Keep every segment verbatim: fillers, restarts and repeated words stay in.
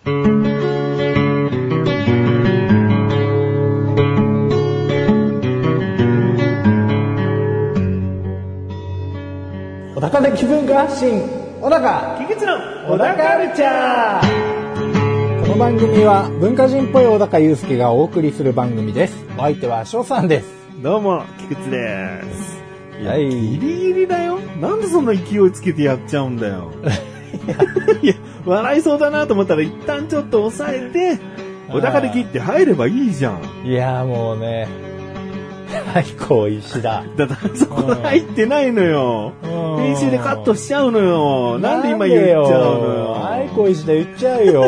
小高で気分が発信、小高菊池の小高カルチャー。この番組は文化人っぽい小高祐介がお送りする番組です。お相手は翔さんです。 どうも菊池です。いや、 はい、 ギリギリだよ。なんでそんな勢いつけてやっちゃうんだよ。いや、笑いそうだなと思ったら一旦ちょっと抑えて小高で切って入ればいいじゃん。 いやもうね、はい、こう石だ。 だからそこ入ってないのよ。編集でカットしちゃうのよ。なんで今言っちゃうのよ。 はい、こう石だ言っちゃうよ。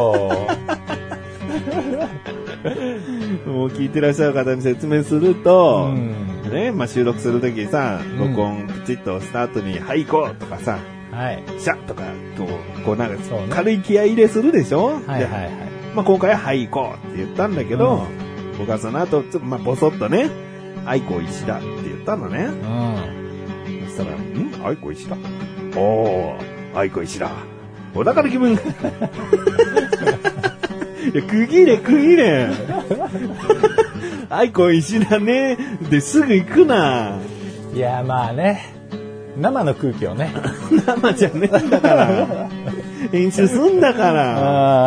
もう聞いてらっしゃる方に説明すると、 うん、 ね、まあ、収録するときさ、録音プチッとした後に、はい行こうとかさ、 はい、 シャッとか、こう、こうなんか、 ね、 軽い気合い入れするでしょ。 はいはいはい。 まあ、今回ははい行こうって言ったんだけど、うん、僕はその後、ちょっとまあ、ボソッとね、愛子石田って言ったのね。うん。そしたら、ん愛子石田おー、愛子石田。お腹の気分。いや、区切れ、区切れ。愛子石田ね。ですぐ行くな。 いや、まあね。生の空気をね。 生じゃねえんだから。編集すんだから。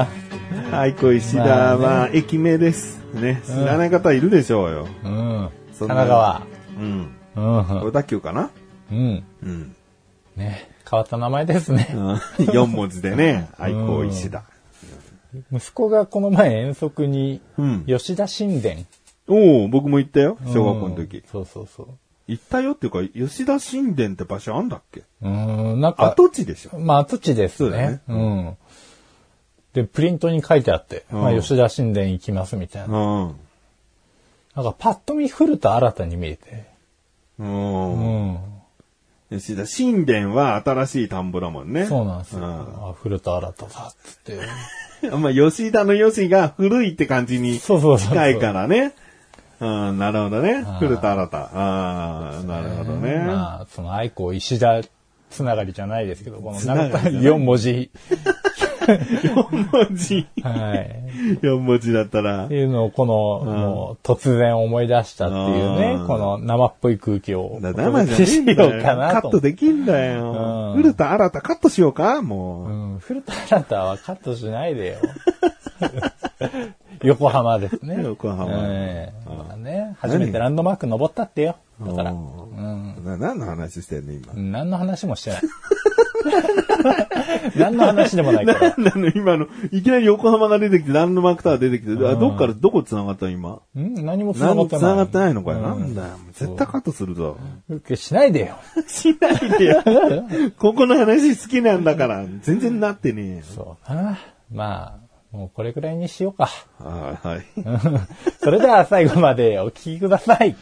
愛子石田は、まあね、駅名です。ね。知らない方いるでしょうよ。 うん。神奈川。 うん。うん。小田急かな。 うん。うん。ね。変わった名前ですね。 うん、よん文字でね。愛子石田。 息子がこの前遠足に、吉田神殿。 うん、おお、僕も行ったよ。小学校の時。 そうそうそう。 行ったよっていうか、吉田神殿って場所あんだっけ？ うん、なんか。 跡地でしょ？ まあ跡地ですね。ね。うん。で、プリントに書いてあって、まあ吉田神殿行きますみたいな。うん。なんかパッと見古田新たに見えて。 うん。吉田神殿は新しい田んぼだもんね。 そうなんですよ。あ、古田新ただっつって。 まあ吉田の吉が古いって感じに近いからね。うん、なるほどね。古田新た。ああ、なるほどね。 まあ、その愛子石田つながりじゃないですけど、このなんかよん文字。 よん文字。 はい。 よん文字だったら。 っていうのをこの、もう突然思い出したっていうね、この生っぽい空気を。 生じゃしようかなと。カットできんだよ。古田新太カットしようかもう。 うん、古田新太はカットしないでよ。横浜ですね。 横浜。 えーまあね、初めてランドマーク登ったってよ。だから。うん、 何の話してんの今。 何の話もしてない。何の話でもないから。 なの今の、いきなり横浜が出てきて、ランドマークタワー出てきて、うん、どっからどこ繋がったの今。 ん何も繋がってない。 繋がってないのかよ。なんだよ。絶対カットするぞ。 しないでよ。 しないでよ。ここの話好きなんだから。全然なってねえよ。 そうな。まあ、もうこれくらいにしようか。 はい。 それでは最後までお聞きください。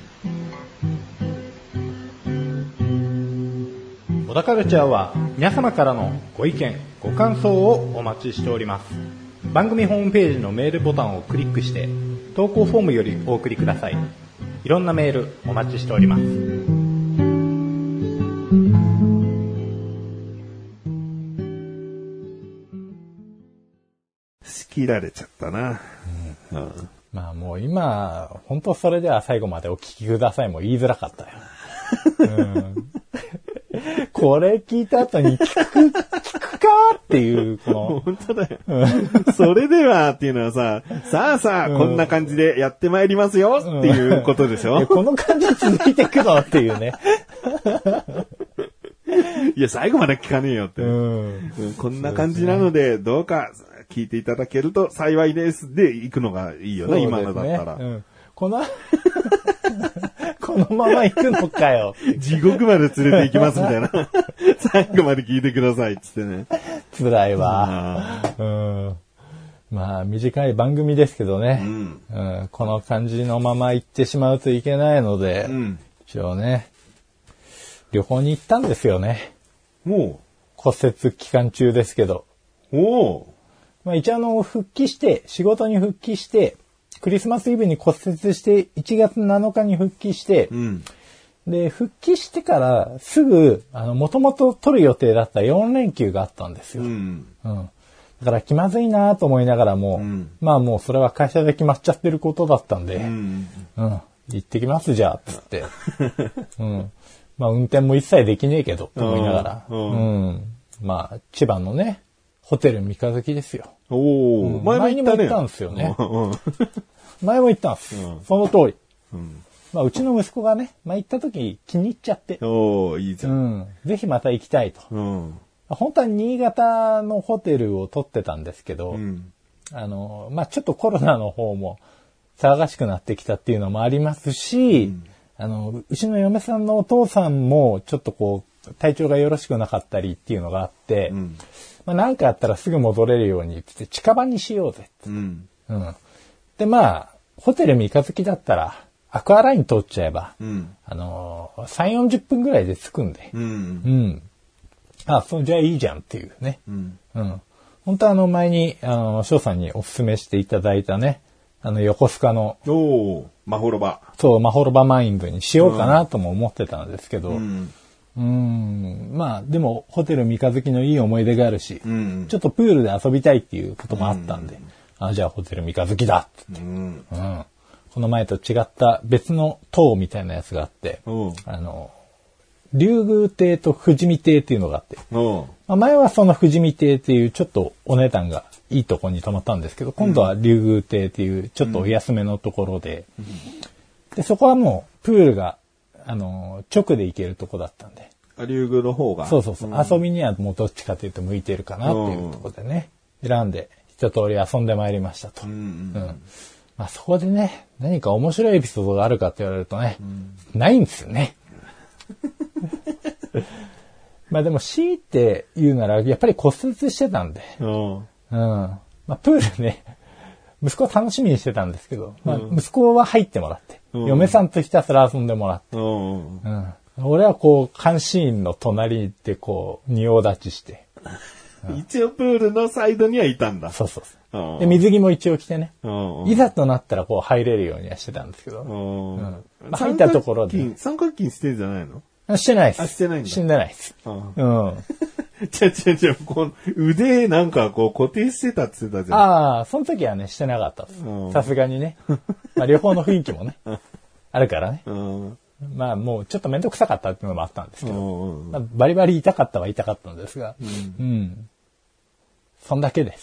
小田カルチャーは皆様からのご意見ご感想をお待ちしております。番組ホームページのメールボタンをクリックして投稿フォームよりお送りください。いろんなメールお待ちしております。 仕切られちゃったな、うんうん、 まあもう今本当それでは最後までお聞きくださいも言いづらかったよ、うんこれ聞いた後に聞く、聞くかっていう、この。 本当だよ。それではっていうのはさ、さあさあ、うん、こんな感じでやってまいりますよっていうことでしょ、 うん、この感じ続いていくのっていうね。 いや、最後まで聞かねえよって。うん、こんな感じなので、どうか聞いていただけると幸いです。で、行くのがいいよね、今のだったら。うん、 このこのまま行くのかよ。 地獄まで連れて行きますみたいな。最後まで聞いてくださいっつってね。 辛いわ。うん、まあ短い番組ですけどね、うんうん、この感じのまま行ってしまうといけないので、うん、一応ね、旅行に行ったんですよね。 もう骨折期間中ですけど。 おまあ一応あの復帰して仕事に復帰して。クリスマスイブに骨折していちがつなのかに復帰して、うん、で復帰してからすぐあの元々取る予定だったよん連休があったんですよ。うんうん、 だから気まずいなと思いながらも、うん、まあもうそれは会社で決まっちゃってることだったんで、うん、うん、行ってきますじゃあ、つって。うん。まあ運転も一切できねえけど、と思いながら。うん。うん、まあ、千葉のね、ホテル三日月ですよ。 おー、うん、前も行ったね。前にも行ったんですよね。前も行ったんです。うん、その通り。うんまあ、うちの息子がね、まあ、行った時気に入っちゃって。 おー、いいじゃん。うん。 ぜひまた行きたいと。うん。本当は新潟のホテルを取ってたんですけど、うん、あの、まあ、ちょっとコロナの方も騒がしくなってきたっていうのもありますし、うん、あの、うちの嫁さんのお父さんもちょっとこう、体調がよろしくなかったりっていうのがあって、うん、まあ、なんかあったらすぐ戻れるようにって近場にしようぜって、うんうん。で、まあ、ホテル三日月だったら、アクアライン通っちゃえば、うん、あのー、さんじゅう、よんじゅっぷんぐらいで着くんで、うん。うん、あ、そう、じゃあいいじゃんっていうね。うん。うん。本当はあの前に、あの、翔さんにお勧めしていただいたね、あの、横須賀の、 おー、マホロバ。 そう、マホロバマインドにしようかなとも思ってたんですけど、うん。うん、まあ、でも、ホテル三日月のいい思い出があるし、うん、ちょっとプールで遊びたいっていうこともあったんで、うん、あ、じゃあホテル三日月だって、うん。うんこの前と違った別の塔みたいなやつがあって、あの、竜宮亭と富士見亭っていうのがあって、まあ、前はその富士見亭っていうちょっとお値段がいいところに泊まったんですけど、今度は竜宮亭っていうちょっとお安めのところで、うん、でそこはもうプールが、あの、直で行けるとこだったんで。 竜宮の方がそうそうそう、うん。遊びにはもうどっちかというと向いてるかなっていうところでね、選んで一通り遊んでまいりましたと。うんうんうんまあ、そこでね、何か面白いエピソードがあるかって言われるとね、うん、ないんですよね。まあでも強いて言うなら、やっぱり骨折してたんで、うん。うんまあ、プールね、息子は楽しみにしてたんですけど、まあ、息子は入ってもらって、うん、嫁さんとひたすら遊んでもらって、うんうん、俺はこう、監視員の隣でこう、仁王立ちして、 うん、一応プールのサイドにはいたんだ。 そうそうそう。で水着も一応着てね、いざとなったらこう入れるようにはしてたんですけど、うんまあ、入ったところで。 三角筋してんじゃないの？ してないです。 あ、してないんだ。 死んでないです。うん。 ちゃちゃちゃ、この腕なんかこう固定してたって言ってたじゃん。 ああ、その時はね、してなかったです。さすがにね。まあ両方の雰囲気もね、あるからね。まあもうちょっとめんどくさかったっていうのもあったんですけど、まあ、バリバリ痛かったは痛かったんですが、うん。うん、そんだけです。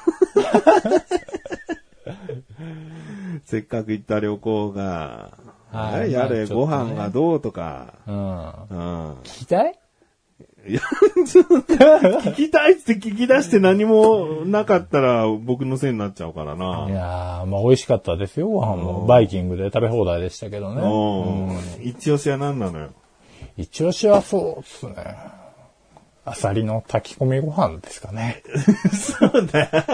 せっかく行った旅行が、はい、やれ、ご飯がどうとか。うん。うん、 聞きたい？ いや、ちょっと、聞きたいって聞き出して何もなかったら僕のせいになっちゃうからな。 いやー、まあ美味しかったですよ、ご飯も。バイキングで食べ放題でしたけどね。 うん。一押しは何なのよ？ 一押しはそうっすね。アサリの炊き込みご飯ですかね。 そうだよ。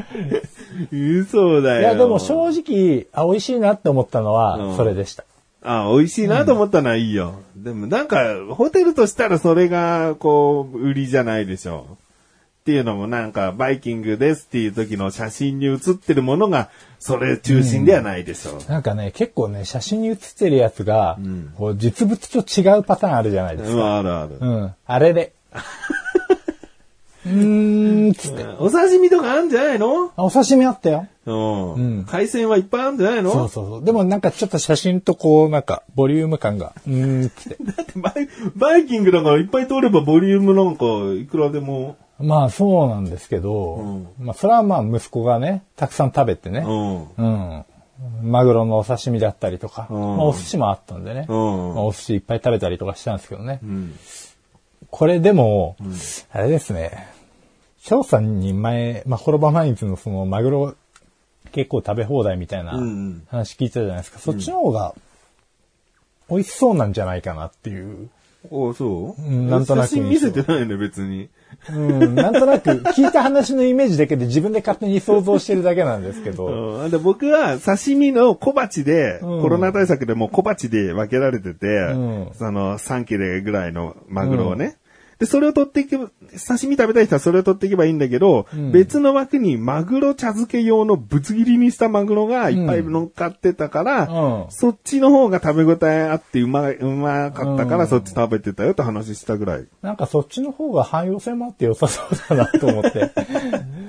嘘だよ。 いや、でも正直、あ、美味しいなって思ったのは、それでした。 あ、美味しいなと思ったのはいいよ。うん、でもなんか、ホテルとしたらそれが、こう、売りじゃないでしょう。っていうのもなんか、バイキングですっていう時の写真に写ってるものが、それ中心ではないでしょう。うん、 なんかね、結構ね、写真に写ってるやつが、うん、こう実物と違うパターンあるじゃないですか。 うん、あるある。 うん。あれで。うーん、つって。 お刺身とかあるんじゃないの？ お刺身あったよ。 うん。海鮮はいっぱいあるんじゃないの？ そうそうそう。でもなんかちょっと写真とこう、なんか、ボリューム感が、うーん、つって。 だってバイ、バイキングだからいっぱい撮ればボリュームなんか、いくらでも。 まあそうなんですけど、うん、まあそれはまあ息子がね、たくさん食べてね、うん。うん、マグロのお刺身だったりとか、うん、まあお寿司もあったんでね、うんまあ、お寿司いっぱい食べたりとかしたんですけどね。うんこれでも、うん、あれですね。翔さんに前、まあ、ホロバマインズのそのマグロ結構食べ放題みたいな話聞いたじゃないですか。うんうん、そっちの方が美味しそうなんじゃないかなっていう。 おそう、 うん、なんとなく。 写真見せてないね、別に。 うん、なんとなく聞いた話のイメージだけで自分で勝手に想像してるだけなんですけど。 うん、で僕は刺身の小鉢で、うん、コロナ対策でも小鉢で分けられてて、うん、そのさん切れぐらいのマグロをね。うんで、それを取っていけば、刺身食べたい人はそれを取っていけばいいんだけど、うん、別の枠にマグロ茶漬け用のぶつ切りにしたマグロがいっぱい乗っかってたから、うん、そっちの方が食べ応えあってうま、うまかったからそっち食べてたよって話したぐらい。 なんかそっちの方が汎用性もあって良さそうだなと思って。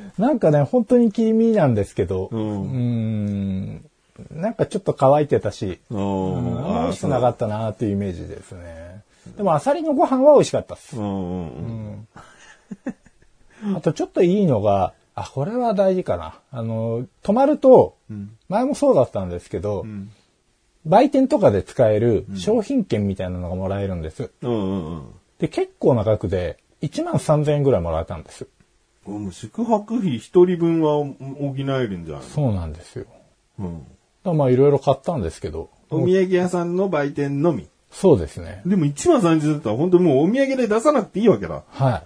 なんかね、本当に気味なんですけど、 うん、 うーんなんかちょっと乾いてたし、うん、あんま美味しくなかったなっていうイメージですね。でもアサリのご飯は美味しかったです。うんうんうん、あとちょっといいのが、あ、これは大事かな。あの、泊まると、うん、前もそうだったんですけど、うん、売店とかで使える商品券みたいなのがもらえるんです。うんうんうん、で、結構な額でいちまんさんぜんえんぐらいもらえたんです。 もう宿泊費一人分は補えるんじゃない？ そうなんですよ。うん、だまあいろいろ買ったんですけど。 お土産屋さんの売店のみ。 そうですね。 でもいちまんさんぜんえんだったら本当にもうお土産で出さなくていいわけだ。 はい。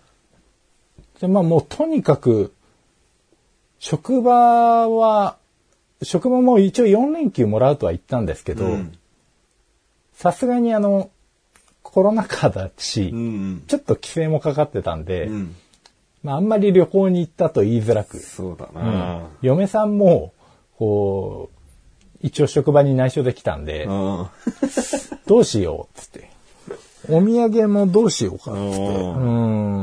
で、まあもうとにかく、職場は、職場も一応よん連休もらうとは言ったんですけど、さすがにあの、コロナ禍だし、うんうん、ちょっと規制もかかってたんで、うん、まああんまり旅行に行ったと言いづらく。 そうだな、 うん、嫁さんも、こう、一応職場に内緒できたんで、どうしようっつって。お土産もどうしようかっつって。うん、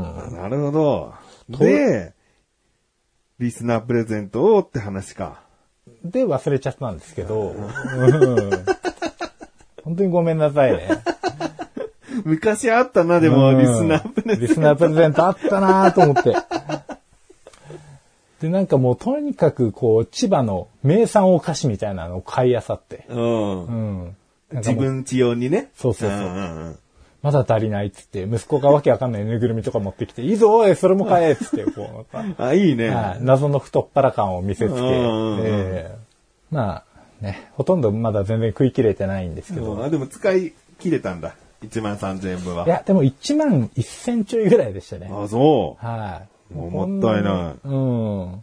なるほど。で、リスナープレゼントをって話か。 で忘れちゃったんですけど、うん、本当にごめんなさいね。 昔あったな、でも、リスナープレゼント。 リスナープレゼントあったなと思って。で、なんかもうとにかくこう、千葉の名産お菓子みたいなのを買い漁って。うん。 うん。自分家用にね。 そうそうそう。うんうんうん、まだ足りないっつって、息子がわけわかんないぬいぐるみとか持ってきて、いいぞおい、それも買えっつって、こう。 あ、いいね、 はい。謎の太っ腹感を見せつけ、えー、まあね、ほとんどまだ全然食い切れてないんですけど。 あ、でも使い切れたんだ。いちまんさんぜんえんぶんは。 いや、でもいちまんせんちょいぐらいでしたね。 あ、そう。 はい。 もうもったいない。 うん。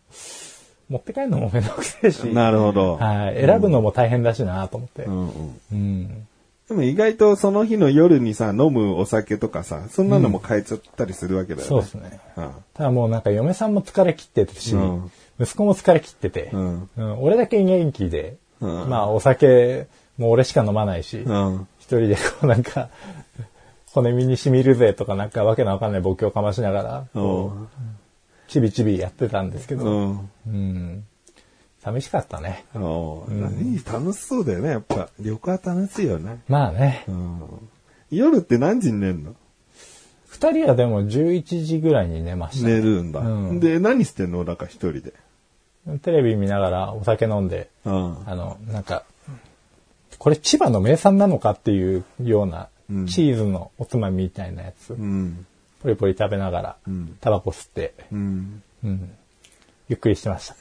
持って帰るのもめんどくせえし。 なるほど。 はい。選ぶのも大変だしなと思って。うんうん。 うん。でも意外とその日の夜にさ、飲むお酒とかさ、そんなのも買えちゃったりするわけだよね。 そうですね。うん、ただもうなんか嫁さんも疲れ切ってるし、うん、息子も疲れ切ってて、うんうん、俺だけ元気で、うん、まあお酒も俺しか飲まないし、うん、一人でこうなんか、骨身に染みるぜとかなんかわけのわかんないボケをかましながら、こうちびちびやってたんですけど、うんうん、寂しかったね、うん。 楽しそうだよね、やっぱ。旅行は楽しいよね。 まあね。 うん、夜って何時に寝るの？ 二人はでもじゅういちじぐらいに寝ました、 ね。寝るんだ。うん、で、何してんの？だから一人で。 テレビ見ながらお酒飲んで、うん、あの、なんか、これ千葉の名産なのかっていうような、チーズのおつまみみたいなやつ。うんポリポリ食べながら、うん、タバコ吸って、うんうん、ゆっくりしてました。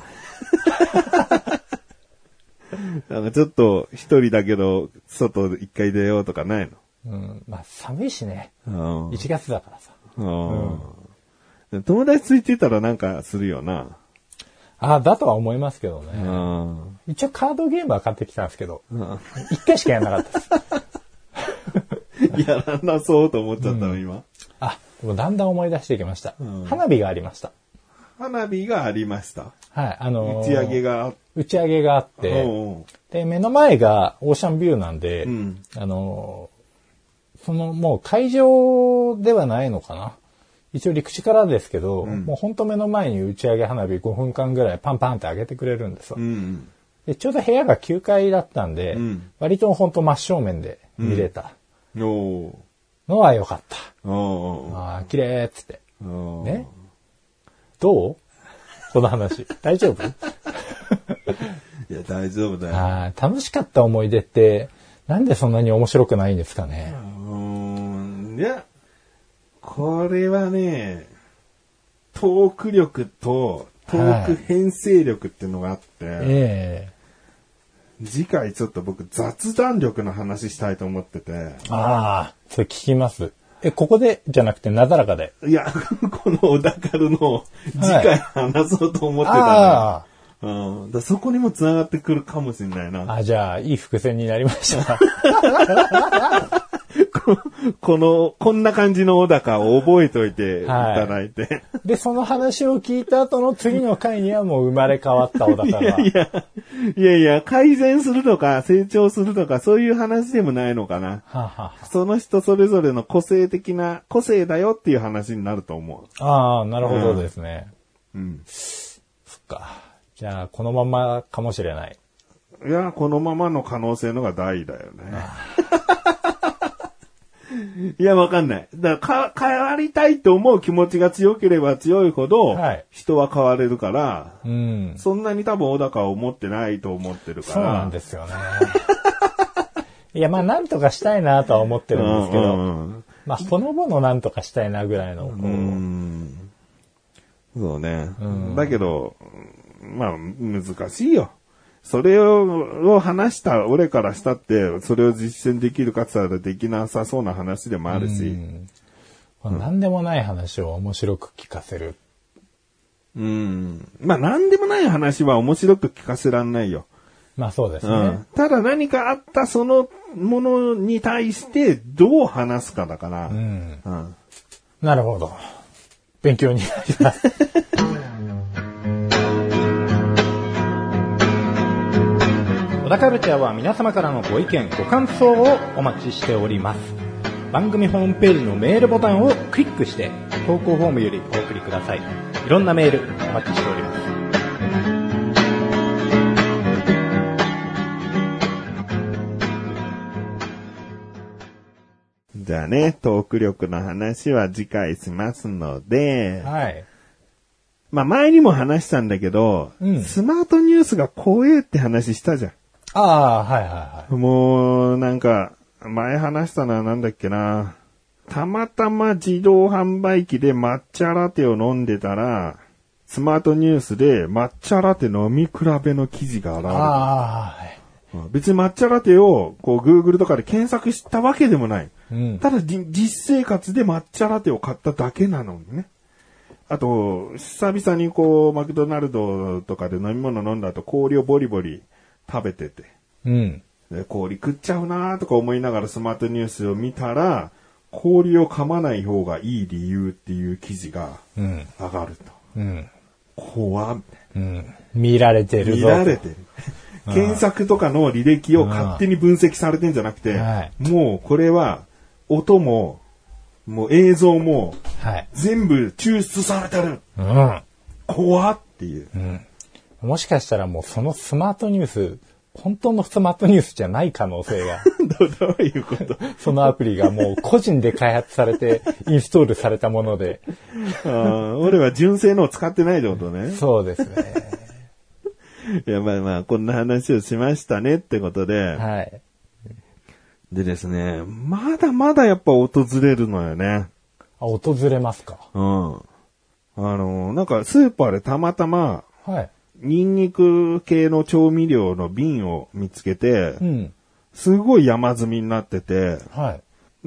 なんかちょっと一人だけど、外一回出ようとかないの？うん、まあ寒いしね。いちがつだからさ。 うん、友達ついてたらなんかするよな。 ああ、だとは思いますけどね。一応カードゲームは買ってきたんですけど、一回しかやらなかったです。やらなそうと思っちゃったの、うん、今。 あ、でもだんだん思い出してきました。うん、花火がありました。 花火がありました。 はい、あのー、 打ち上げが打ち上げがあって、おうおうで、目の前がオーシャンビューなんで、うん、あのー、そのもう会場ではないのかな。一応陸地からですけど、うん、もうほんと目の前に打ち上げ花火ごふんかんぐらいパンパンって上げてくれるんですよ。うん、でちょうど部屋がきゅうかいだったんで、うん、割とほんと真正面で見れた。うん、おーのは良かった。ああ、綺麗っつって。ね。どう？この話。大丈夫？いや、大丈夫だよ。 あ楽しかった思い出って、なんでそんなに面白くないんですかね。 うーん。いや、これはね、トーク力とトーク編成力っていうのがあって、はい、えー次回ちょっと僕雑談力の話したいと思ってて。 ああ、それ聞きます。え、ここでじゃなくてなだらかで。 いや、この小田カルの次回話そうと思ってたの、はい、うん、だそこにも繋がってくるかもしれないな。 あ、じゃあ、いい伏線になりました。 こ, この、こんな感じの小高を覚えておいていただいて、はい。 で、その話を聞いた後の次の回にはもう生まれ変わった小高が。いやいや、いやいや、改善するとか成長するとかそういう話でもないのかな。ははその人それぞれの個性的な、個性だよっていう話になると思う。 ああ、なるほどですね。 うん。 じゃあ、このままかもしれない。 いや、このままの可能性のが大だよね。いや、わかんない。だからか、変わりたいと思う気持ちが強ければ強いほど、はい、人は変われるから、うん、そんなに多分小高は思ってないと思ってるから。 そうなんですよね。いや、まあ、なんとかしたいなとは思ってるんですけど、うんうん、まあ、ほのぼのなんとかしたいなぐらいの、こう。うん、 そうね、うん。だけど、まあ、難しいよ。それを、を話した俺からしたって、それを実践できるかつたらできなさそうな話でもあるし。 うん、何でもない話を面白く聞かせる。 うん。まあ何でもない話は面白く聞かせらんないよ。 まあそうですね。うん、 ただ何かあったそのものに対してどう話すかだから。うんうん、なるほど。勉強になります。小田カルチャーは皆様からのご意見、ご感想をお待ちしております。番組ホームページのメールボタンをクリックして投稿フォームよりお送りください。いろんなメールお待ちしております。 じゃあね、トーク力の話は次回しますので、はい。まあ前にも話したんだけど、うん、スマートニュースが怖えって話したじゃん。 ああ、はいはいはい。 もう、なんか、前話したのはなんだっけな。たまたま自動販売機で抹茶ラテを飲んでたら、スマートニュースで抹茶ラテ飲み比べの記事が現れる。ああ、はい。別に抹茶ラテを、こう、Google とかで検索したわけでもない。うん、ただ、実生活で抹茶ラテを買っただけなのにね。あと、久々にこう、マクドナルドとかで飲み物飲んだ後、氷をボリボリ食べてて。うん。で、氷食っちゃうなーとか思いながらスマートニュースを見たら、氷を噛まない方がいい理由っていう記事が上がると。うん。怖っ。 うん。見られてるぞ。 見られてる。検索とかの履歴を勝手に分析されてんじゃなくて、はい、もうこれは音も、もう映像も、全部抽出されてる。うん。怖っていう、うん。 もしかしたらもうそのスマートニュース、本当のスマートニュースじゃない可能性が。 どういうことそのアプリがもう個人で開発されて、インストールされたもので。 あ俺は純正のを使ってないってことね。 そうですね。 いや、まあまあ、こんな話をしましたねってことで。はい。でですね、まだまだやっぱ訪れるのよね。 あ、訪れますか。 うん。あの、なんかスーパーでたまたま、はい。ニンニク系の調味料の瓶を見つけて、うん、すごい山積みになってて、はい、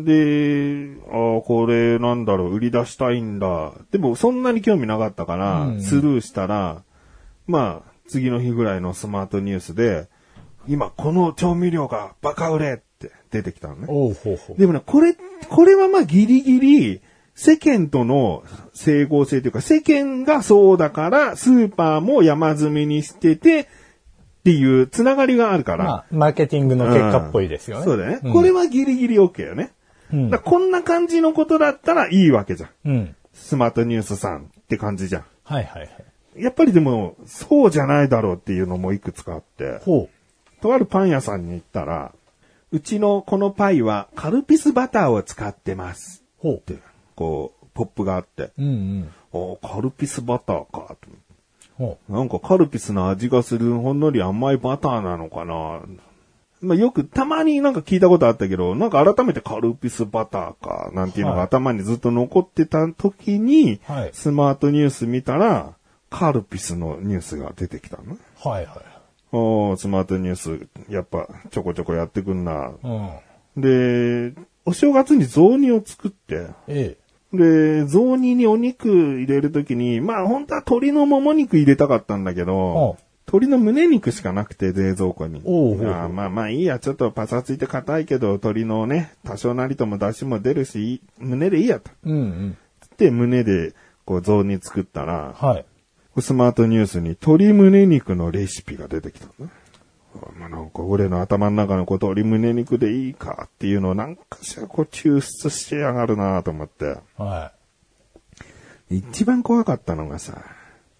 で、ああ、これなんだろう、売り出したいんだ。でもそんなに興味なかったから、うんうん、スルーしたら、まあ、次の日ぐらいのスマートニュースで、今この調味料がバカ売れって出てきたのね。おうほうほう。でもね、これ、これはまあギリギリ、世間との整合性というか、世間がそうだから、スーパーも山積みにしてて、っていうつながりがあるから。まあ、 マーケティングの結果っぽいですよね。 うん、そうだね、うん。これはギリギリ OK よね。うん、だこんな感じのことだったらいいわけじゃん。うん、スマートニュースさんって感じじゃん。はいはいはい。やっぱりでも、そうじゃないだろうっていうのもいくつかあって。ほう。とあるパン屋さんに行ったら、うちのこのパイはカルピスバターを使ってます。ほう。ってこう、ポップがあって。うんうん。おカルピスバターか。ほう。なんかカルピスの味がするほんのり甘いバターなのかな。まあ、よくたまになんか聞いたことあったけど、なんか改めてカルピスバターか、なんていうのが頭にずっと残ってた時に、はい、スマートニュース見たら、カルピスのニュースが出てきたの。はいはい。おー、スマートニュース、やっぱちょこちょこやってくんな。うん、で、お正月に雑煮を作って、ええ、で、雑煮にお肉入れるときに、まあ本当は鶏のもも肉入れたかったんだけど、鶏の胸肉しかなくて冷蔵庫に。おうあまあまあいいや、ちょっとパサついて硬いけど、鶏のね、多少なりとも出汁も出るし、胸でいいやと。うんうん、で、胸でこう雑煮作ったら、はい、スマートニュースに鶏胸肉のレシピが出てきたのね。まあ、なんか俺の頭の中のこう鶏胸肉でいいかっていうのをなんかしらこう抽出してやがるなと思って。はい。一番怖かったのがさ、うん、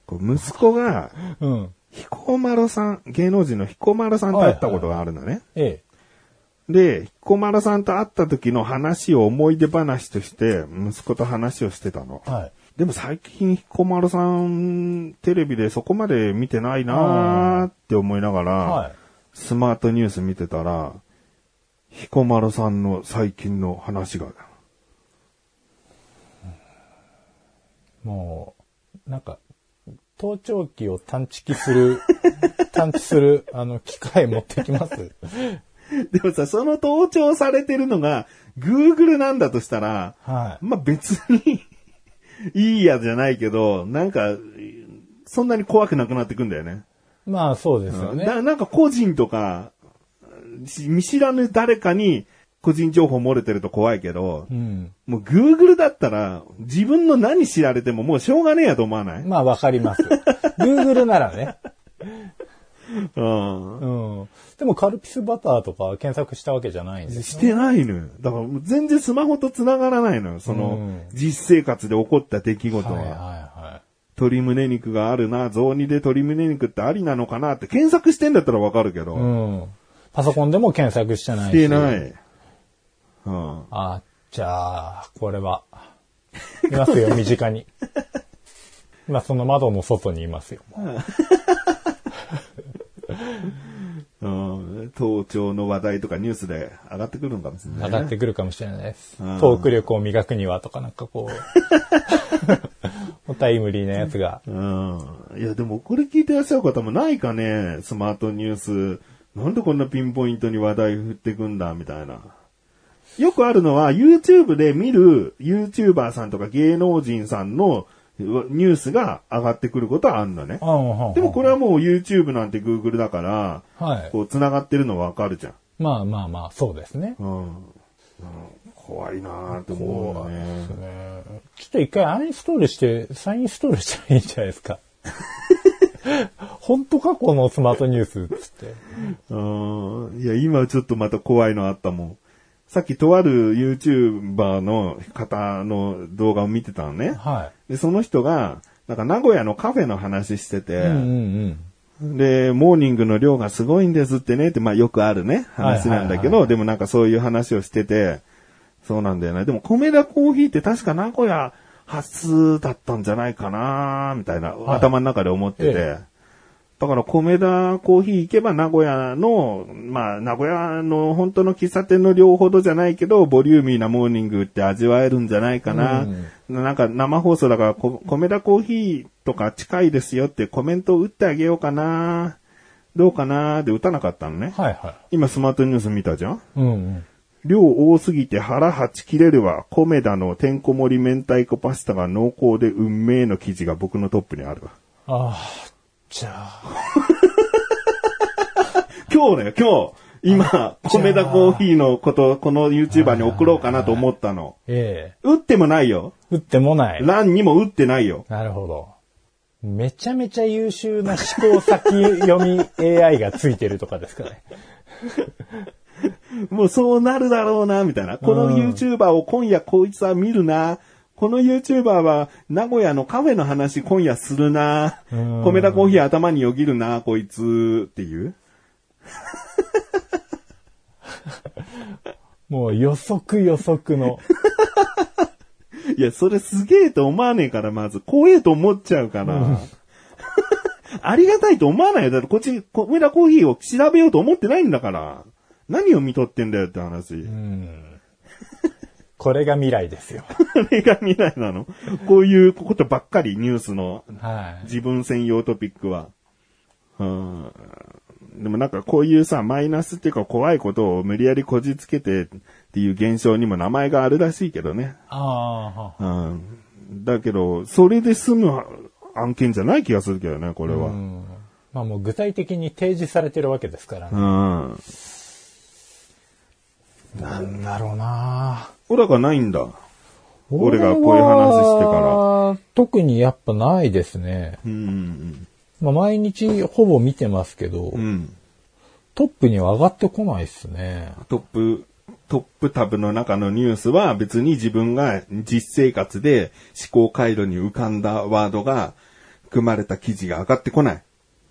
こう息子が、うん。彦摩呂さん、芸能人の彦摩呂さんと会ったことがあるんだね。はいはい、ええ。で、彦摩呂さんと会った時の話を思い出話として、息子と話をしてたの。はい。でも最近彦摩呂さん、テレビでそこまで見てないなーって思いながら、はい、スマートニュース見てたら、彦摩呂さんの最近の話が。 もう、なんか、盗聴器を探知機する、探知する、あの、機械持ってきますでもさ、その盗聴されてるのが、Google なんだとしたら、はい、まあ、別に、いいやじゃないけど、なんか、そんなに怖くなくなってくんだよね。 まあ、そうですよね。 な, なんか個人とか、見知らぬ誰かに個人情報漏れてると怖いけど、うん、もう Google だったら自分の何知られてももうしょうがねえやと思わない？ まあわかります。Google ならね。うん、うん。でもカルピスバターとか検索したわけじゃないんですよ、ね。 してないのよ。だから全然スマホと繋がらないのよ。その、うん、実生活で起こった出来事は。はいはいはい。鶏胸肉があるな、雑煮で鶏胸肉ってありなのかなって検索してんだったらわかるけど。うん。 パソコンでも検索してないし。 してない。 うん、あ、じゃあ、これは、いますよ、身近に。今その窓の外にいますよ。 うん、盗聴の話題とかニュースで上がってくるのかもしれない、ね。 上がってくるかもしれないです。トーク力を磨くにはとかなんかこう、タイムリーなやつが。 うん。いや、でもこれ聞いてらっしゃる方もないかね、スマートニュース。なんでこんなピンポイントに話題振ってくんだ、みたいな。よくあるのは YouTube で見る YouTuber さんとか芸能人さんのニュースが上がってくることはあるんだね。でもこれはもう YouTube なんて Google だから、はい、こう繋がってるのわかるじゃん。 まあまあまあ、そうですね。うんうん、怖いなーって思うね。ですね。 ちょっと一回アンインストールして再インストールしたらいいんじゃないですか。本当かこのスマートニュースっつって。 うん。いや、今ちょっとまた怖いのあったもん。さっきとある YouTuber の方の動画を見てたのね。はい。で、その人が、なんか名古屋のカフェの話してて、うんうんうん、で、モーニングの量がすごいんですってねって、まあよくあるね、話なんだけど、はいはいはいはい、でもなんかそういう話をしてて、そうなんだよね。でも、米田コーヒーって確か名古屋発だったんじゃないかなみたいな、はい、頭の中で思ってて、ええ、だから、米田コーヒー行けば名古屋の、まあ、名古屋の本当の喫茶店の量ほどじゃないけど、ボリューミーなモーニングって味わえるんじゃないかな。うん、なんか生放送だから、米田コーヒーとか近いですよってコメントを打ってあげようかな。どうかなーで打たなかったのね。はいはい。今スマートニュース見たじゃん、うんうん、量多すぎて腹はち切れるわ。米田のてんこ盛り明太子パスタが濃厚で運命の記事が僕のトップにあるわ。 ああ。じゃあ。 今日ね、今日、今、米田コーヒーのこと、この YouTuber に送ろうかなと思ったの。ええ。打ってもないよ。 打ってもない。 欄にも打ってないよ。 なるほど。めちゃめちゃ優秀な思考先読み エーアイ がついてるとかですかね。 もうそうなるだろうな、みたいな。この YouTuber を今夜こいつは見るな。この YouTuber は名古屋のカフェの話今夜するな。米田コーヒー頭によぎるな、こいつっていう。 もう予測予測の。 いや、それすげえと思わねえから、まず。怖えと思っちゃうから。うん、ありがたいと思わないよ。だってこっち、米田コーヒーを調べようと思ってないんだから。何を見とってんだよって話。うんこれが未来ですよ。 これが未来なの？こういうことばっかりニュースの自分専用トピックは。うん、でもなんかこういうさ、マイナスっていうか怖いことを無理やりこじつけてっていう現象にも名前があるらしいけどね。ああ、うん。だけど、それで済む案件じゃない気がするけどね、これは。うん、 まあもう具体的に提示されてるわけですからね。うん。なんだろうなぁ。 オラがないんだ。俺がこういう話してから。 特にやっぱないですね。うんうんうんまあ、毎日ほぼ見てますけど、うん、トップには上がってこないですね。 トップ、トップタブの中のニュースは別に自分が実生活で思考回路に浮かんだワードが含まれた記事が上がってこない。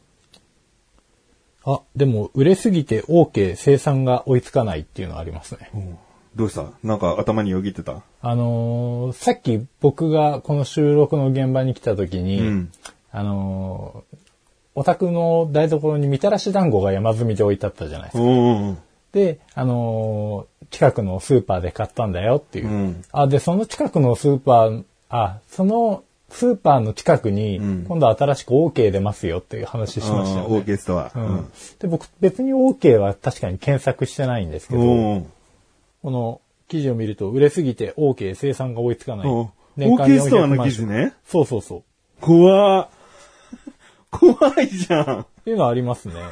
あ、でも売れすぎて OK 生産が追いつかないっていうのはありますね。 うん、どうした？なんか頭によぎってた？ あのー、さっき僕がこの収録の現場に来た時に、うん、あのー、お宅の台所にみたらし団子が山積みで置いてあったじゃないですか。うんうん、で、あのー、近くのスーパーで買ったんだよっていう。うん、あ、で、その近くのスーパー、あ、そのスーパーの近くに、今度新しく OK 出ますよっていう話しましたよね。 OK ストア、うんうん。 で、僕別に OK は確かに検索してないんですけど、この記事を見ると売れすぎて OK 生産が追いつかない。 年間 OK ストアの記事ね。 そうそうそう。 怖怖いじゃん。 っていうのありますね。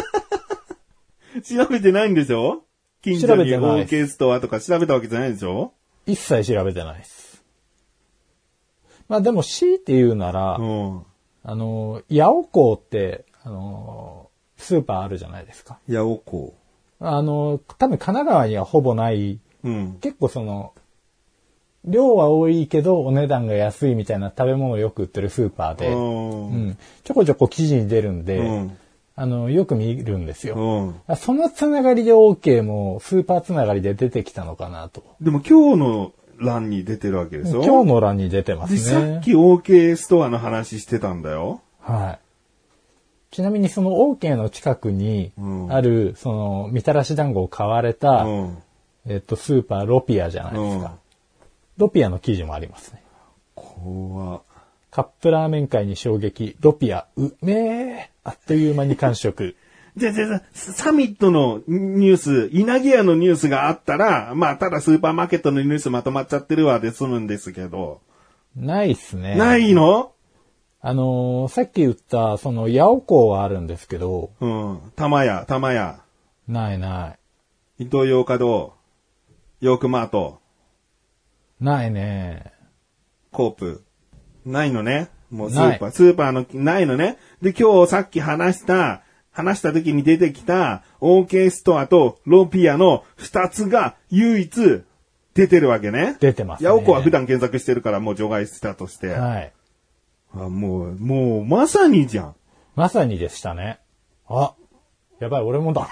調べてないんでしょ？近所に OK ストアとか調べたわけじゃないでしょ？ 一切調べてないです。まあでも C って言うなら、うん、あの、ヤオコーって、あの、スーパーあるじゃないですか。 ヤオコー。あの、多分神奈川にはほぼない、うん、結構その、量は多いけどお値段が安いみたいな食べ物をよく売ってるスーパーで、うん、ちょこちょこ記事に出るんで、うん、あの、よく見るんですよ。うん、そのつながりで OK もスーパーつながりで出てきたのかなと。 でも今日の欄に出てるわけでしょ？ 今日の欄に出てますね。 さっき OK ストアの話してたんだよ。 はい。ちなみにその OK の近くにある、うん、その、みたらし団子を買われた、うん、えっと、スーパーロピアじゃないですか。うん、ロピアの記事もありますね。 怖っ。 カップラーメン界に衝撃。ロピア、うめえ。あっという間に完食。 じゃあ、じゃあ、サミットのニュース、稲毛屋のニュースがあったら、まあ、ただスーパーマーケットのニュースまとまっちゃってるわで済むんですけど。 ないっすね。 ないの？ あのー、さっき言った、その、ヤオコーはあるんですけど。 うん。玉屋、玉屋。 ないない。 伊東洋華堂、ヨークマート。 ないね。 コープ。ないのね。もうスーパー、スーパーの、ないのね。で、今日さっき話した、話した時に出てきた OK ストアとロピアの二つが唯一出てるわけね。 出てますね。 ヤオコは普段検索してるからもう除外したとして。 はい。 あ、もう、もう、まさにじゃん。 まさにでしたね。あ、やばい、俺もだ。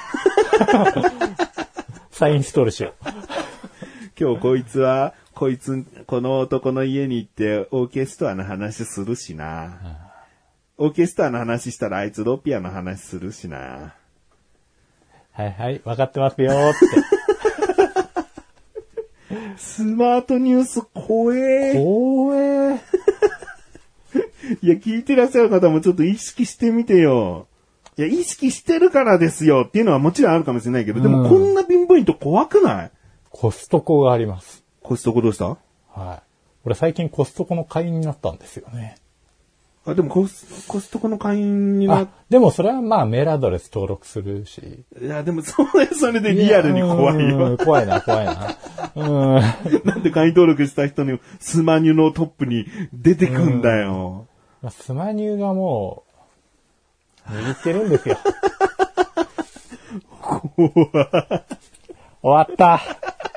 再インストールしよう。 今日こいつは、こいつ、この男の家に行って OK ストアの話するしな。うん、OK ストアの話したらあいつロピアの話するしな。 はいはい、分かってますよーって。 スマートニュース怖え。 怖え。 いや、聞いてらっしゃる方もちょっと意識してみてよ。いや、意識してるからですよっていうのはもちろんあるかもしれないけど、うん、でもこんなピンポイント怖くない？ コストコがあります。 コストコどうした？ はい。俺最近コストコの会員になったんですよね。 あ、でもコス、コストコの会員になっ、 でもそれはまあメールアドレス登録するし。 いや、でもそれ、それでリアルに怖いよ。 怖いな、怖いな。うん。 なんで会員登録した人にスマニュのトップに出てくんだよ。 まあ、スマニュがもう、握ってるんですよ。 怖い。 終わった。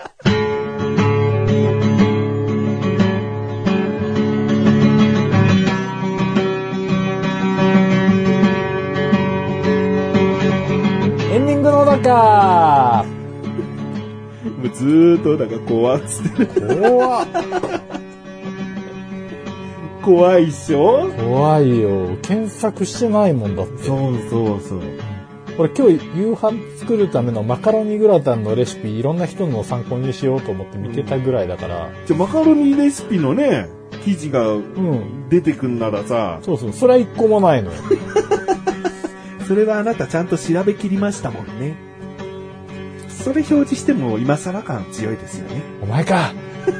エンディングのだかもうずーっとだから怖っつってる。 怖っ。 怖いっしょ？ 怖いよ。検索してないもんだって。 そうそうそう。 俺今日夕飯作るためのマカロニグラタンのレシピいろんな人の参考にしようと思って見てたぐらいだから。うん、 じゃあマカロニレシピのね、記事が出てくんならさ。 うん、そうそう。それは一個もないのよ。 それはあなたちゃんと調べきりましたもんね。それ表示しても今更感強いですよね。 お前か。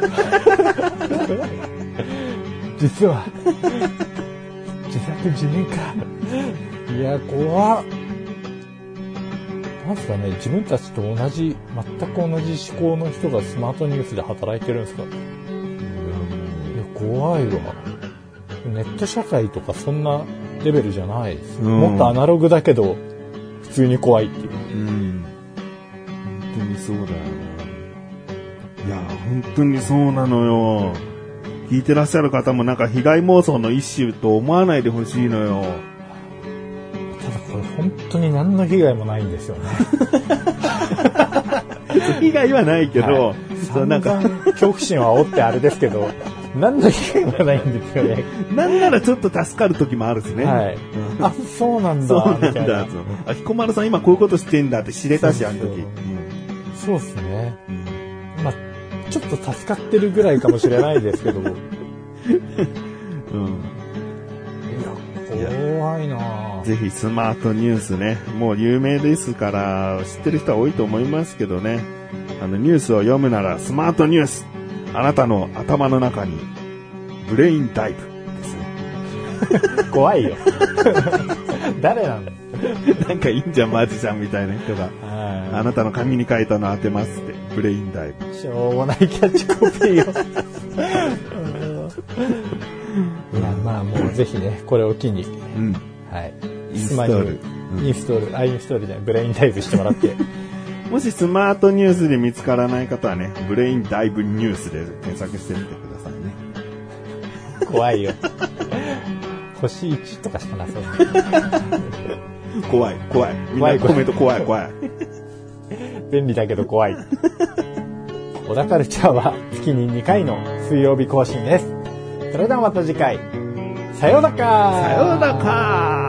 実は自作自演か。いや怖っ。なんすかね、自分たちと同じ全く同じ思考の人がスマートニュースで働いてるんですか。いや怖いわ。ネット社会とかそんなレベルじゃないです、うん、もっとアナログだけど普通に怖いっていう、うん、 本当にそうだよな。いや本当にそうなのよ。 聞いてらっしゃる方もなんか被害妄想の一種と思わないでほしいのよ。 ただこれ本当に何の被害もないんですよね。 被害はないけど、はい、 そうなんか恐怖心は煽ってあれですけど、何の被害もないんですよね。 なんならちょっと助かる時もあるしね。 はい。あ、そうなんだ。 そうなんだ。あ、彦摩呂さん今こういうことしてんだって知れたし、あの時。 そうですね。まあちょっと助かってるぐらいかもしれないですけど。うん。いや、怖いな。 ぜひスマートニュースね、もう有名ですから知ってる人は多いと思いますけどね。あのニュースを読むならスマートニュース。あなたの頭の中にブレインダイブですね。 怖いよ。誰なんだよ。 なんかいいんじゃんマジシャンみたいな人が。あなたの紙に書いたの当てますってブレインダイブ。 しょうもないキャッチコピーを。いやまあもうぜひねこれを機に、うん、はい。 インストール、 うん、インストール、あインストールじゃないブレインダイブしてもらって。 もしスマートニュースで見つからない方はね、ブレインダイブニュースで検索してみてくださいね。 怖いよ。星いちとかしかなそう。 怖い、怖い。みんなコメント怖い、怖い。 便利だけど怖い。小田カルチャーは月ににかいの水曜日更新です。それではまた次回。さようなら。 さようなら。